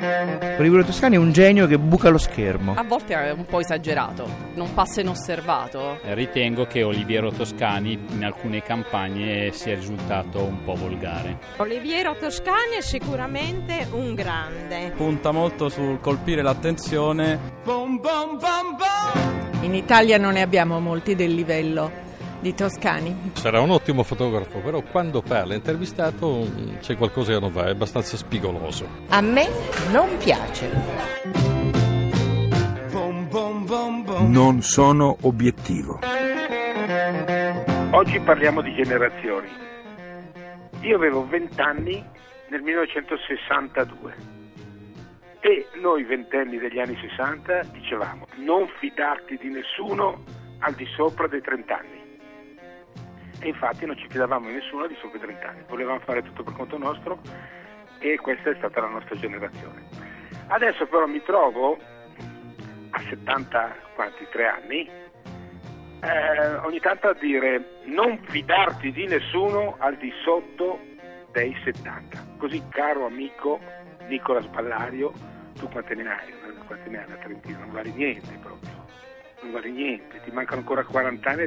Oliviero Toscani è un genio che buca lo schermo. A volte è un po' esagerato, non passa inosservato. Ritengo che Oliviero Toscani in alcune campagne sia risultato un po' volgare. Oliviero Toscani è sicuramente un grande. Punta molto sul colpire l'attenzione. In Italia non ne abbiamo molti del livello di Toscani. Sarà un ottimo fotografo, però quando parla intervistato c'è qualcosa che non va, è abbastanza spigoloso. A me non piace. Non sono obiettivo. Oggi parliamo di generazioni. Io avevo 20 anni nel 1962 e noi ventenni degli anni 60 dicevamo: non fidarti di nessuno al di sopra dei 30 anni. E infatti non ci fidavamo di nessuno di sopra i 30 anni, volevamo fare tutto per conto nostro e questa è stata la nostra generazione. Adesso però mi trovo a 73 anni, ogni tanto a dire: non fidarti di nessuno al di sotto dei 70. Così, caro amico Nicola Sballario, tu quante ne hai? Quante ne hai? Una trentina, non vale niente proprio. Non vale niente, ti mancano ancora 40 anni a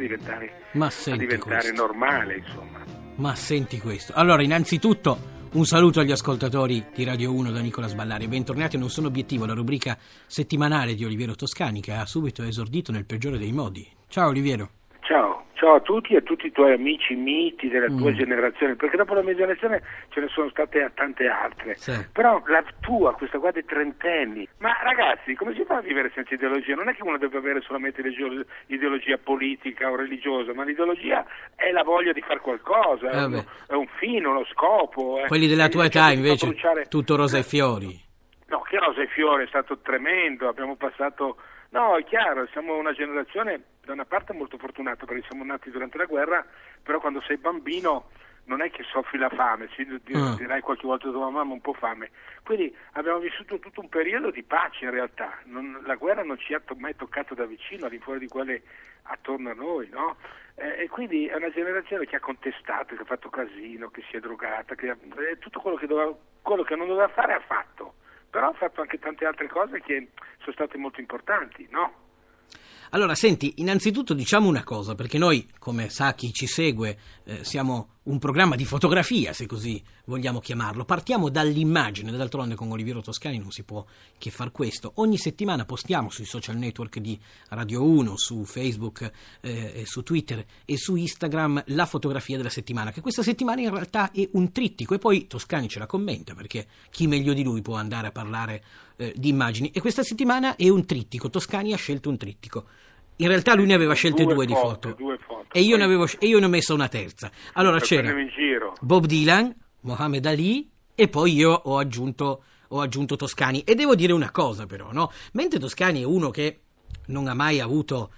diventare normale, insomma. Ma senti questo. Allora, innanzitutto un saluto agli ascoltatori di Radio 1 da Nicola Sballari. Bentornati a Non sono obiettivo, la rubrica settimanale di Oliviero Toscani, che ha subito esordito nel peggiore dei modi. Ciao Oliviero. Ciao a tutti e a tutti i tuoi amici miti della tua generazione, perché dopo la mia generazione ce ne sono state tante altre, sì. Però la tua, questa qua dei trentenni, ma ragazzi, come si fa a vivere senza ideologia? Non è che uno deve avere solamente ideologia politica o religiosa, ma l'ideologia è la voglia di fare qualcosa, è un fine, uno scopo. Quelli della tua età invece tutto rosa e fiori. No, che rosa e fiori, è stato tremendo, abbiamo passato... No, è chiaro, siamo una generazione da una parte molto fortunata perché siamo nati durante la guerra, però quando sei bambino non è che soffri la fame, dirai qualche volta a tua mamma un po' fame. Quindi abbiamo vissuto tutto un periodo di pace in realtà, la guerra non ci ha mai toccato da vicino, al di fuori di quelle attorno a noi, no? E quindi è una generazione che ha contestato, che ha fatto casino, che si è drogata, tutto quello che non doveva fare ha fatto. Però ha fatto anche tante altre cose che sono state molto importanti, no? Allora, senti, innanzitutto diciamo una cosa, perché noi, come sa chi ci segue, siamo un programma di fotografia, se così vogliamo chiamarlo. Partiamo dall'immagine, d'altronde con Oliviero Toscani non si può che far questo. Ogni settimana postiamo sui social network di Radio 1, su Facebook, su Twitter e su Instagram la fotografia della settimana, che questa settimana in realtà è un trittico, e poi Toscani ce la commenta, perché chi meglio di lui può andare a parlare di immagini, e questa settimana è un trittico. Toscani ha scelto un trittico. In realtà lui ne aveva scelte due di foto. E io ne ho messo una terza. Allora c'era Bob Dylan, Mohammed Ali, e poi io ho aggiunto Toscani. E devo dire una cosa però, no? Mentre Toscani è uno che non ha mai avuto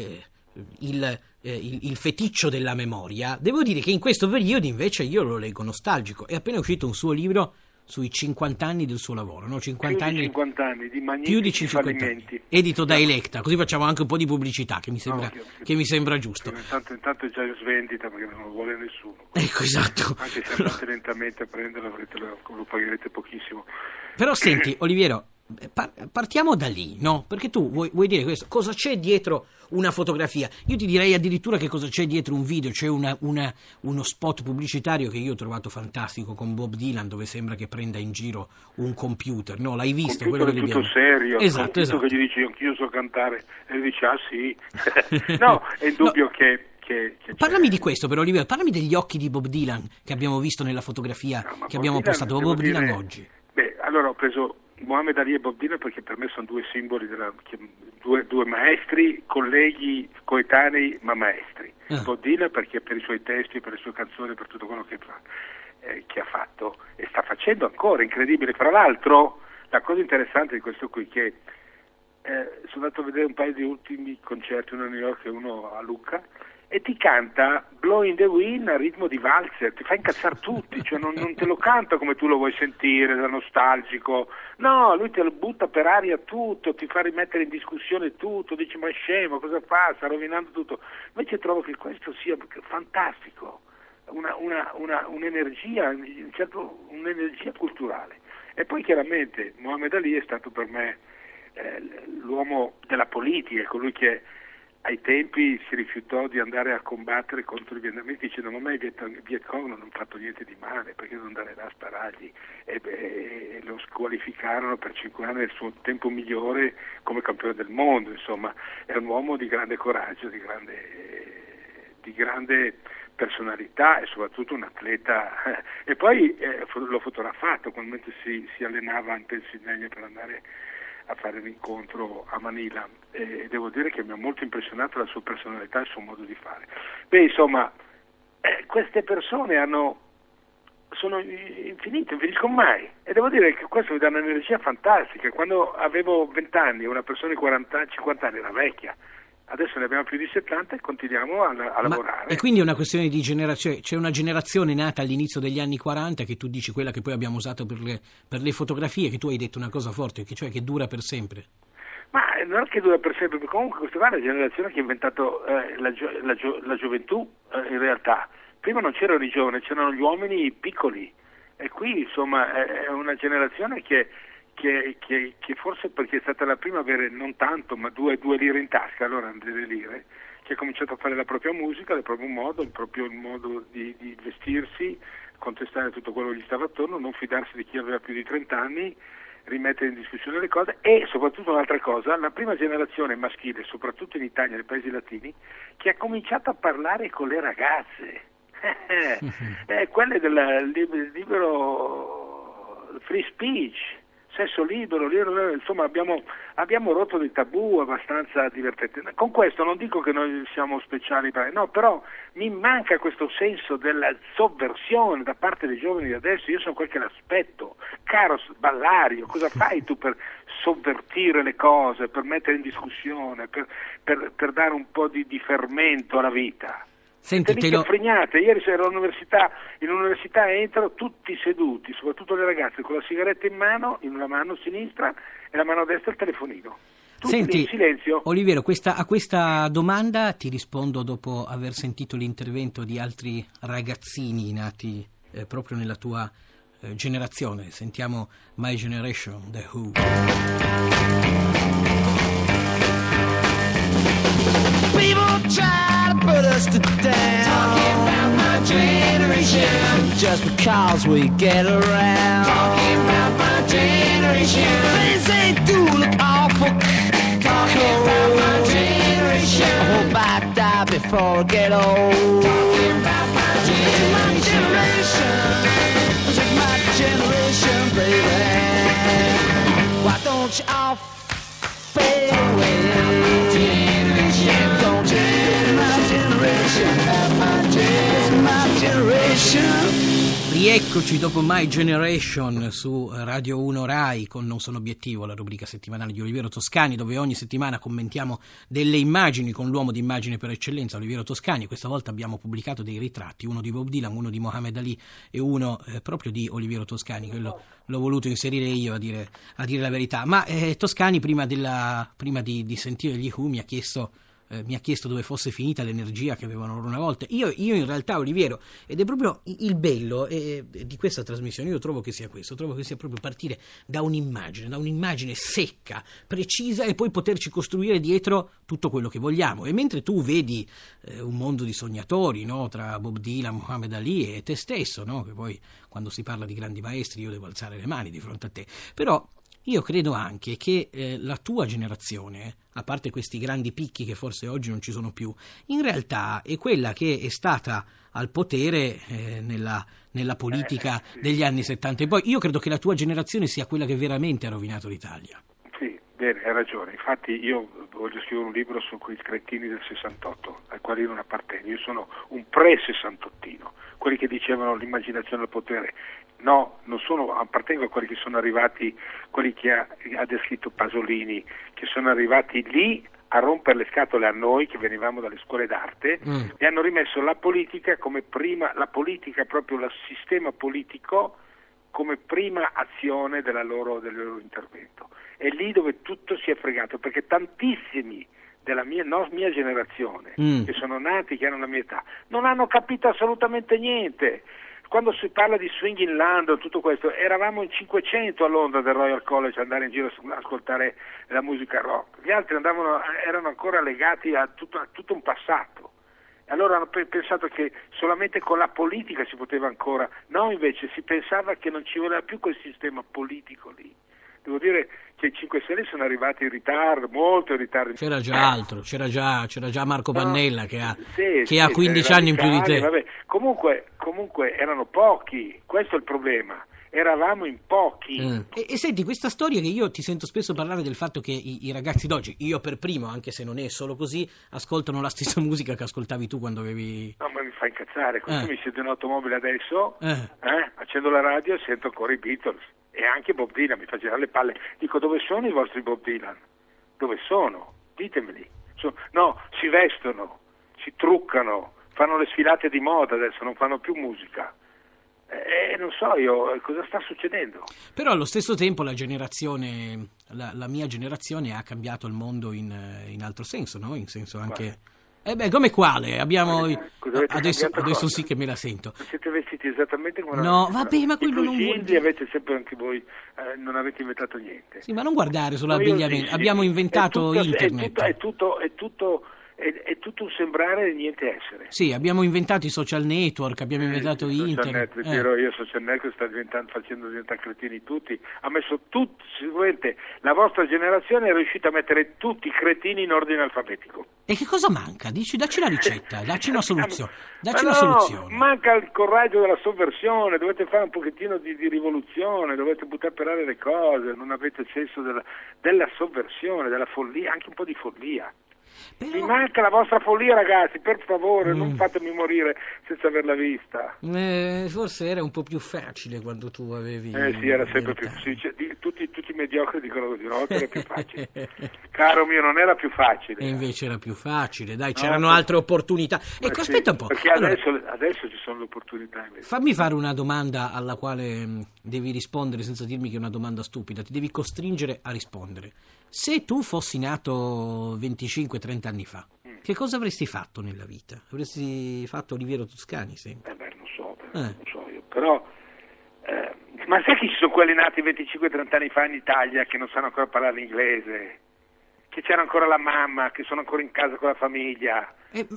il feticcio della memoria, devo dire che in questo periodo invece io lo leggo nostalgico. È appena uscito un suo libro sui 50 anni del suo lavoro, no? 50 anni di magnifici fallimenti. Edito da Electa, così facciamo anche un po' di pubblicità, che mi sembra giusto. Intanto è già in svendita perché non lo vuole nessuno. Ecco, esatto. Anche se andate lentamente a prenderlo, lo pagherete pochissimo. Però senti, Oliviero, partiamo da lì, no? Perché tu vuoi dire questo, cosa c'è dietro una fotografia? Io ti direi addirittura che cosa c'è dietro un video. C'è uno spot pubblicitario che io ho trovato fantastico con Bob Dylan, dove sembra che prenda in giro un computer, no? L'hai visto? Quello che tutto serio, esatto. Che gli dici anch'io so cantare e lui dice ah sì. No, è indubbio no. che parlami di questo però, Oliviero, parlami degli occhi di Bob Dylan che abbiamo visto nella fotografia che abbiamo postato. Bob Dylan oggi. Allora ho preso Mohammed Ali e Bob Dylan perché per me sono due simboli, due maestri, colleghi, coetanei ma maestri. Bob Dylan perché per i suoi testi, per le sue canzoni, per tutto quello che ha fatto e sta facendo ancora, incredibile. Fra l'altro la cosa interessante di questo qui che sono andato a vedere un paio di ultimi concerti, uno a New York e uno a Lucca, e ti canta Blowing the Wind a ritmo di valzer, ti fa incazzare tutti, cioè non te lo canta come tu lo vuoi sentire, da nostalgico, no, lui te lo butta per aria tutto, ti fa rimettere in discussione tutto, dici ma è scemo, cosa fa, sta rovinando tutto. Invece trovo che questo sia un'energia, un'energia culturale. E poi chiaramente Muhammad Ali è stato per me l'uomo della politica, colui che ai tempi si rifiutò di andare a combattere contro i vietnamiti dicendo: ma a me i Viet Cong non hanno fatto niente di male, perché devo andare là a sparargli? E lo squalificarono per 5 anni del suo tempo migliore come campione del mondo. Insomma, è un uomo di grande coraggio, di grande personalità e soprattutto un atleta. E poi l'ho fotografato quando si allenava in Pennsylvania per andare a fare l'incontro a Manila, e devo dire che mi ha molto impressionato la sua personalità e il suo modo di fare. Beh, insomma, queste persone sono infinite, non finiscono mai, e devo dire che questo mi dà un'energia fantastica. Quando avevo 20 anni, una persona di 50 anni era vecchia. Adesso ne abbiamo più di 70 e continuiamo a lavorare. E quindi è una questione di generazione, c'è una generazione nata all'inizio degli anni 40 che tu dici, quella che poi abbiamo usato per le fotografie, che tu hai detto una cosa forte, cioè che dura per sempre. Ma non è che dura per sempre, perché comunque questa è la generazione che ha inventato la gioventù in realtà. Prima non c'erano i giovani, c'erano gli uomini piccoli, e qui insomma è una generazione che forse perché è stata la prima a avere non tanto, ma due lire in tasca, allora delle lire, che ha cominciato a fare la propria musica, il proprio modo, il modo di vestirsi, contestare tutto quello che gli stava attorno, non fidarsi di chi aveva più di 30 anni, rimettere in discussione le cose. E soprattutto un'altra cosa, la prima generazione maschile, soprattutto in Italia, nei paesi latini, che ha cominciato a parlare con le ragazze, quelle del libero free speech, sesso libero, insomma abbiamo rotto dei tabù abbastanza divertenti. Con questo non dico che noi siamo speciali, no, però mi manca questo senso della sovversione da parte dei giovani di adesso. Io sono quel che l'aspetto. Caro Ballario, cosa fai tu per sovvertire le cose, per mettere in discussione, per dare un po' di fermento alla vita? Senti, fregnate. Ieri ero in università entro tutti seduti, soprattutto le ragazze, con la sigaretta in mano, in una mano sinistra e la mano destra il telefonino. Tutti senti, in silenzio. Oliviero, a questa domanda ti rispondo dopo aver sentito l'intervento di altri ragazzini nati proprio nella tua generazione. Sentiamo My Generation, The Who. People try to put us to down, talking about my generation, just because we get around, talking about my generation, things they do look awful, talking about my generation, I hope I die before I get old, talking about my generation, take my generation, baby, why don't you all fade away? Rieccoci dopo My Generation su Radio 1 Rai con Non Sono Obiettivo, la rubrica settimanale di Oliviero Toscani, dove ogni settimana commentiamo delle immagini con l'uomo d'immagine per eccellenza, Oliviero Toscani. Questa volta abbiamo pubblicato dei ritratti, uno di Bob Dylan, uno di Muhammad Ali e uno proprio di Oliviero Toscani. Quello l'ho voluto inserire io, a dire la verità. Ma Toscani prima di sentire gli Who mi ha chiesto dove fosse finita l'energia che avevano loro una volta. Io in realtà, Oliviero, ed è proprio il bello di questa trasmissione, io trovo che sia questo, trovo che sia proprio partire da un'immagine secca, precisa, e poi poterci costruire dietro tutto quello che vogliamo. E mentre tu vedi un mondo di sognatori, no? Tra Bob Dylan, Muhammad Ali e te stesso, no? Che poi quando si parla di grandi maestri io devo alzare le mani di fronte a te, però io credo anche che la tua generazione, a parte questi grandi picchi che forse oggi non ci sono più, in realtà è quella che è stata al potere nella politica degli anni 70 e poi. Io credo che la tua generazione sia quella che veramente ha rovinato l'Italia. Sì, bene, hai ragione. Infatti io voglio scrivere un libro su quei cretini del 68, ai quali non appartengo. Io sono un pre-sessantottino, quelli che dicevano l'immaginazione al potere. No, non sono, appartengo a quelli che sono arrivati, quelli che ha descritto Pasolini, che sono arrivati lì a rompere le scatole a noi che venivamo dalle scuole d'arte e hanno rimesso la politica come prima, la politica, proprio il sistema politico come prima azione del loro intervento. È lì dove tutto si è fregato, perché tantissimi della mia generazione, che sono nati, che hanno la mia età, non hanno capito assolutamente niente. quando si parla di swing in London, tutto questo, eravamo in 500 a Londra del Royal College ad andare in giro a ascoltare la musica rock. Gli altri erano ancora legati a tutto un passato. Allora hanno pensato che solamente con la politica si poteva ancora, no, invece si pensava che non ci voleva più quel sistema politico lì. Devo dire che i 5 Stelle sono arrivati in ritardo, molto in ritardo. C'era già altro, c'era già Marco Pannella che ha 15 sì, anni in più di te. Vabbè. Comunque erano pochi, questo è il problema. Eravamo in pochi. E senti, questa storia che io ti sento spesso parlare del fatto che i ragazzi d'oggi, io per primo, anche se non è solo così, ascoltano la stessa musica che ascoltavi tu quando avevi... No, ma mi fa incazzare. Quando mi siedo in automobile adesso, accendo la radio e sento ancora i Beatles e anche Bob Dylan, mi fa girare le palle. Dico, dove sono i vostri Bob Dylan? Dove sono? Ditemeli. No, si vestono, si truccano, fanno le sfilate di moda adesso, non fanno più musica. Non so io cosa sta succedendo. Però allo stesso tempo la mia generazione ha cambiato il mondo in altro senso, no? In senso anche... come quale? Abbiamo... Adesso sì che me la sento. Siete vestiti esattamente come... No, vabbè, ma quello non vuol dire... avete sempre anche voi, non avete inventato niente. Sì, ma non guardare sull'abbigliamento. Abbiamo inventato internet. È tutto un sembrare e niente essere. Sì, abbiamo inventato i social network, abbiamo inventato internet. Io social network sta facendo diventare cretini tutti. Ha messo tutti, sicuramente la vostra generazione è riuscita a mettere tutti i cretini in ordine alfabetico. E che cosa manca? Dacci la ricetta, dacci una soluzione. Manca il coraggio della sovversione, dovete fare un pochettino di rivoluzione, dovete buttare per aria le cose, non avete il senso della sovversione, della follia, anche un po' di follia. Però... Mi manca la vostra follia, ragazzi, per favore, non fatemi morire senza averla vista. Forse era un po' più facile quando tu avevi... sì, era sempre più... tutti mediocri dicono così, una volta era più facile. Caro mio, non era più facile. E invece era più facile, dai, c'erano altre opportunità. Ecco, aspetta un po'. Perché adesso ci sono le opportunità. Invece. Fammi fare una domanda alla quale devi rispondere senza dirmi che è una domanda stupida, ti devi costringere a rispondere. Se tu fossi nato 25-30 anni fa, che cosa avresti fatto nella vita? Avresti fatto Oliviero Toscani sempre? Non so io, però... ma sai che ci sono quelli nati 25-30 anni fa in Italia che non sanno ancora parlare l'inglese? Che c'era ancora la mamma, che sono ancora in casa con la famiglia?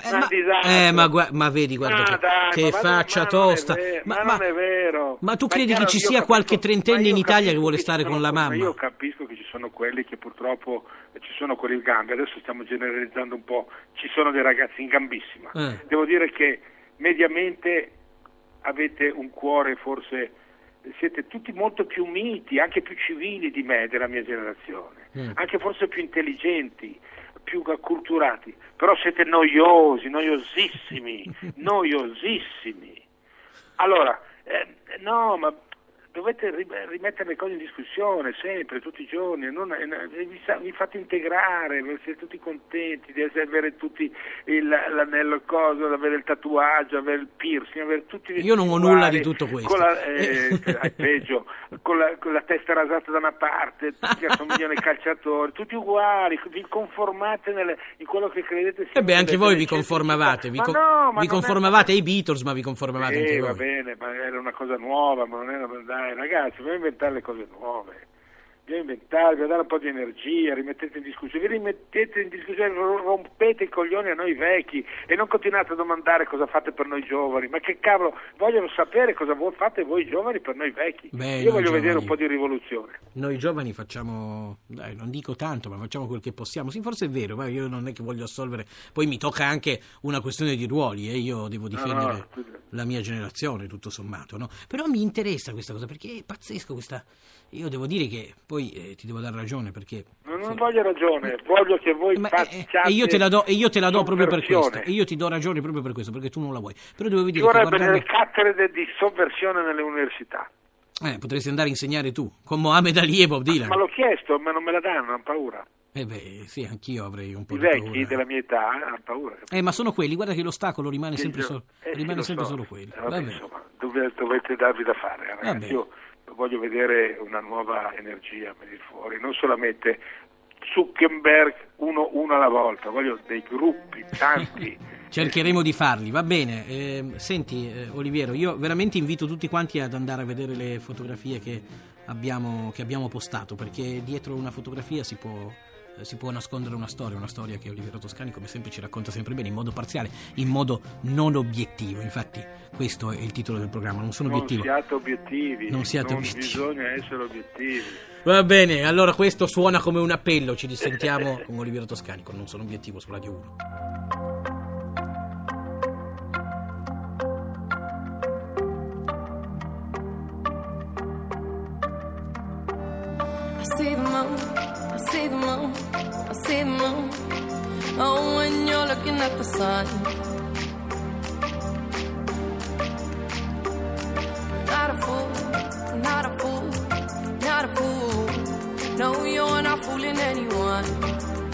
Ma vedi, guarda che faccia tosta. Ma non è vero. Ma tu credi che ci sia qualche trentenne in Italia che vuole stare con la mamma? Io capisco che ci sono quelli che purtroppo ci sono quelli in gambe. Adesso stiamo generalizzando un po'. Ci sono dei ragazzi in gambissima. Devo dire che mediamente avete un cuore, forse siete tutti molto più miti, anche più civili di me, della mia generazione, anche forse più intelligenti, più acculturati, però siete noiosissimi. Allora, no, ma dovete rimettere le cose in discussione sempre, tutti i giorni, vi fate integrare, siete tutti contenti di avere tutti l'anello coso, avere il tatuaggio, avere il piercing, avere tutti io non ho nulla di tutto questo. Peggio, con la testa rasata da una parte, tutti assomigliano ai calciatori, tutti uguali, vi conformate in quello che credete sia. Anche voi vi conformavate, vi conformavate ai Beatles, ma vi conformavate anche voi. Va bene, ma era una cosa nuova, ma non era... Dai, ragazzi, dobbiamo inventare le cose nuove, dobbiamo dare un po' di energia, rimettete in discussione, rompete i coglioni a noi vecchi e non continuate a domandare cosa fate per noi giovani, ma che cavolo, vogliono sapere cosa fate voi giovani per noi vecchi. Io voglio vedere un po' di rivoluzione. Noi giovani facciamo, non dico tanto, ma facciamo quel che possiamo. Sì, forse è vero, ma io non è che voglio assolvere, poi mi tocca anche una questione di ruoli e io devo difendere la mia generazione, tutto sommato, no? Però mi interessa questa cosa perché è pazzesco questa... Io devo dire che poi ti devo dar ragione perché... Non voglio ragione, voglio che voi facciate... E io te la do proprio per questo. E io ti do ragione proprio per questo, perché tu non la vuoi. Però devo dire che vorrebbe delle cattedre di sovversione nelle università. Potresti andare a insegnare tu, con Mohammed Ali e Bob Dylan. Ma l'ho chiesto, ma non me la danno, hanno paura. Sì, anch'io avrei un po' di paura. I vecchi della mia età hanno paura. Ma sono quelli, guarda che l'ostacolo rimane sempre solo quello. Insomma, dovete darvi da fare, ragazzi. Io voglio vedere una nuova energia venire fuori, non solamente Zuckerberg uno alla volta, voglio dei gruppi, tanti, Cercheremo di farli, va bene. Senti, Oliviero, io veramente invito tutti quanti ad andare a vedere le fotografie che abbiamo postato, perché dietro una fotografia si può nascondere una storia che Oliviero Toscani, come sempre, ci racconta sempre bene, in modo parziale, in modo non obiettivo. Infatti questo è il titolo del programma, non sono obiettivo. Non siate obiettivi. Bisogna essere obiettivi. Va bene, allora questo suona come un appello. Ci risentiamo con Oliviero Toscani con Non sono obiettivo su Radio 1. I see the moon, I see the moon, I see the moon. Oh, when you're looking at the sun. Not a fool, not a fool, not a fool. No, you're not fooling anyone.